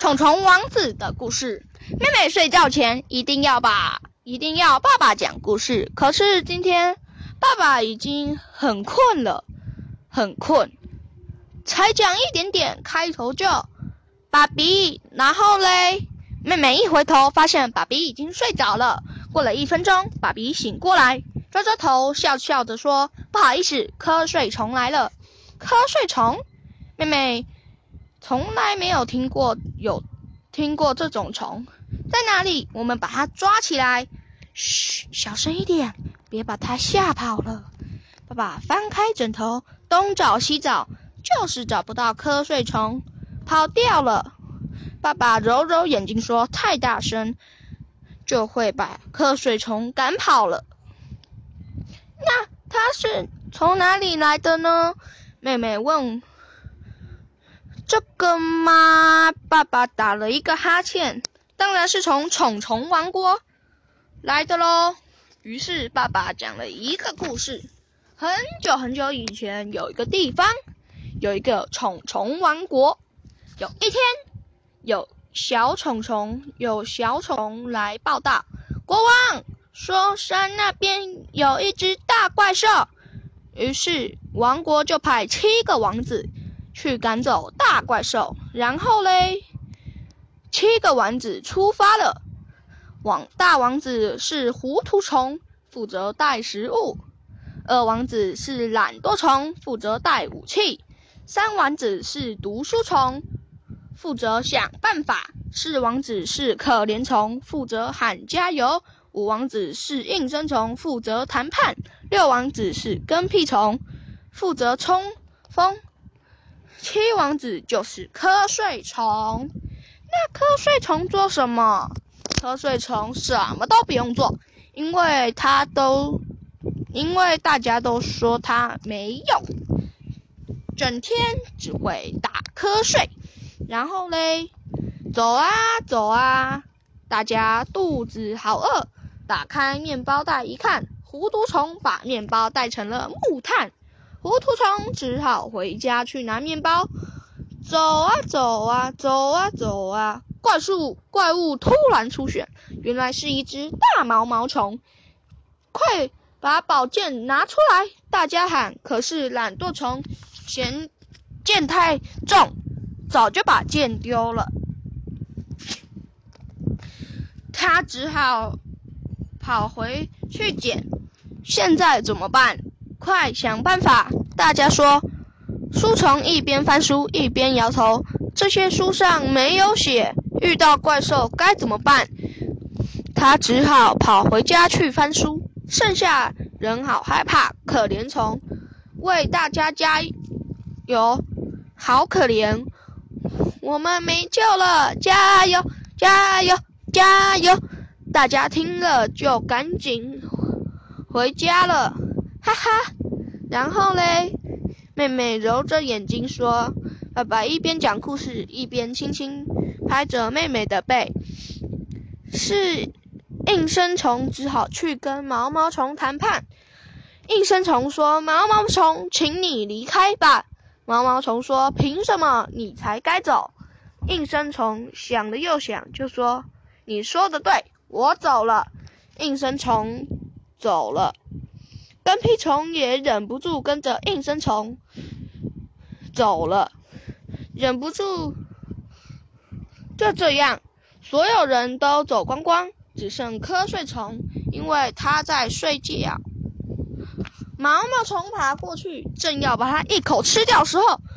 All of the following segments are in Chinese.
虫虫王子的故事。妹妹睡觉前一定要爸爸讲故事，可是今天爸爸已经很困了，才讲一点点，开头就爸比，然后嘞，妹妹一回头发现爸比已经睡着了。过了1分钟，爸比醒过来，抓抓头，笑笑着说：“不好意思，瞌睡虫来了。”瞌睡虫，妹妹从来没有听过这种虫，在哪里？我们把它抓起来。嘘，小声一点，别把它吓跑了。爸爸翻开枕头，东找西找，就是找不到瞌睡虫，跑掉了。爸爸揉揉眼睛说：“太大声，就会把瞌睡虫赶跑了。”那它是从哪里来的呢？妹妹问。这个嘛，爸爸打了一个哈欠，当然是从虫虫王国来的咯。于是爸爸讲了一个故事。很久很久以前，有一个地方，有一个虫虫王国。有一天，有小虫虫来报道，国王说山那边有一只大怪兽。于是王国就派7个王子去赶走大怪兽，然后嘞，7个王子出发了。大王子是糊涂虫，负责带食物；二王子是懒惰虫，负责带武器；三王子是读书虫，负责想办法；四王子是可怜虫，负责喊加油；五王子是应声虫，负责谈判；六王子是跟屁虫，负责冲锋；7王子就是瞌睡虫。那瞌睡虫做什么？瞌睡虫什么都不用做，因为大家都说它没用，整天只会打瞌睡。然后嘞，走啊走啊，大家肚子好饿，打开面包袋一看，糊涂虫把面包带成了木炭。糊涂虫只好回家去拿面包。走啊走啊走啊走啊，怪物突然出现，原来是一只大毛毛虫。快把宝剑拿出来！大家喊。可是懒惰虫嫌剑太重，早就把剑丢了。他只好跑回去捡。现在怎么办？快想办法！大家说。书虫一边翻书一边摇头，这些书上没有写，遇到怪兽该怎么办？他只好跑回家去翻书。剩下人好害怕，可怜虫为大家加油，好可怜，我们没救了，加油加油加油！大家听了就赶紧回家了，哈哈。然后嘞，妹妹揉着眼睛说，爸爸一边讲故事一边轻轻拍着妹妹的背。是应声虫只好去跟毛毛虫谈判。应声虫说，毛毛虫请你离开吧。毛毛虫说，凭什么你才该走？应声虫想了又想，就说，你说的对，我走了。应声虫走了，跟屁虫也忍不住跟着应声虫走了，忍不住。就这样，所有人都走光光，只剩瞌睡虫，因为他在睡觉。毛毛虫爬过去，正要把它一口吃掉的时候，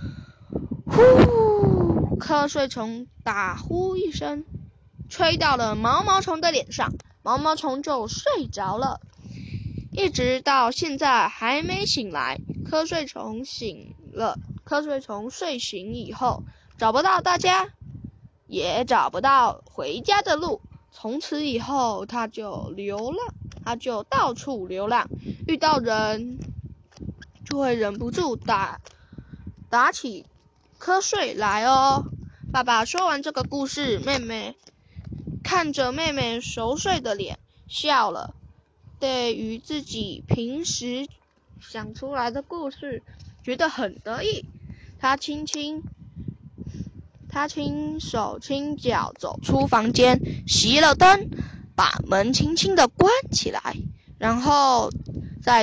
呼！瞌睡虫打呼一声，吹到了毛毛虫的脸上，毛毛虫就睡着了，一直到现在还没醒来。瞌睡虫醒了，瞌睡虫睡醒以后，找不到大家，也找不到回家的路。从此以后，他就到处流浪，遇到人就会忍不住打起瞌睡来哦。爸爸说完这个故事，妹妹看着妹妹熟睡的脸笑了，对于自己平时想出来的故事觉得很得意。他轻轻他轻手轻脚走出房间，熄了灯，把门轻轻地关起来，然后再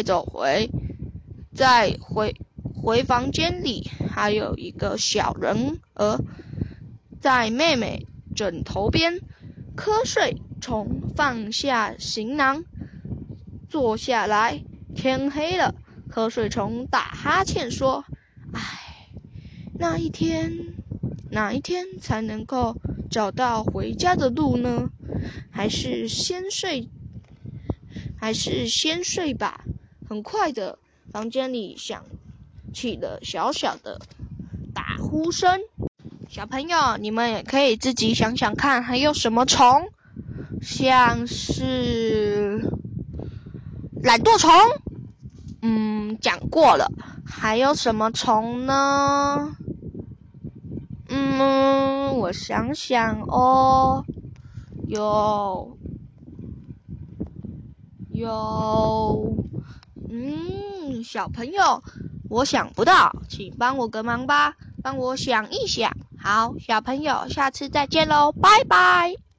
回房间里。还有一个小人儿在妹妹枕头边瞌睡，虫放下行囊坐下来。天黑了，瞌睡虫打哈欠说：唉，哪一天才能够找到回家的路呢？还是先睡吧。很快的，房间里响起了小小的打呼声。小朋友，你们也可以自己想想看，还有什么虫？像是懒惰虫，讲过了。还有什么虫呢？我想想哦，有，小朋友，我想不到，请帮我个忙吧，帮我想一想。好，小朋友，下次再见喽，拜拜。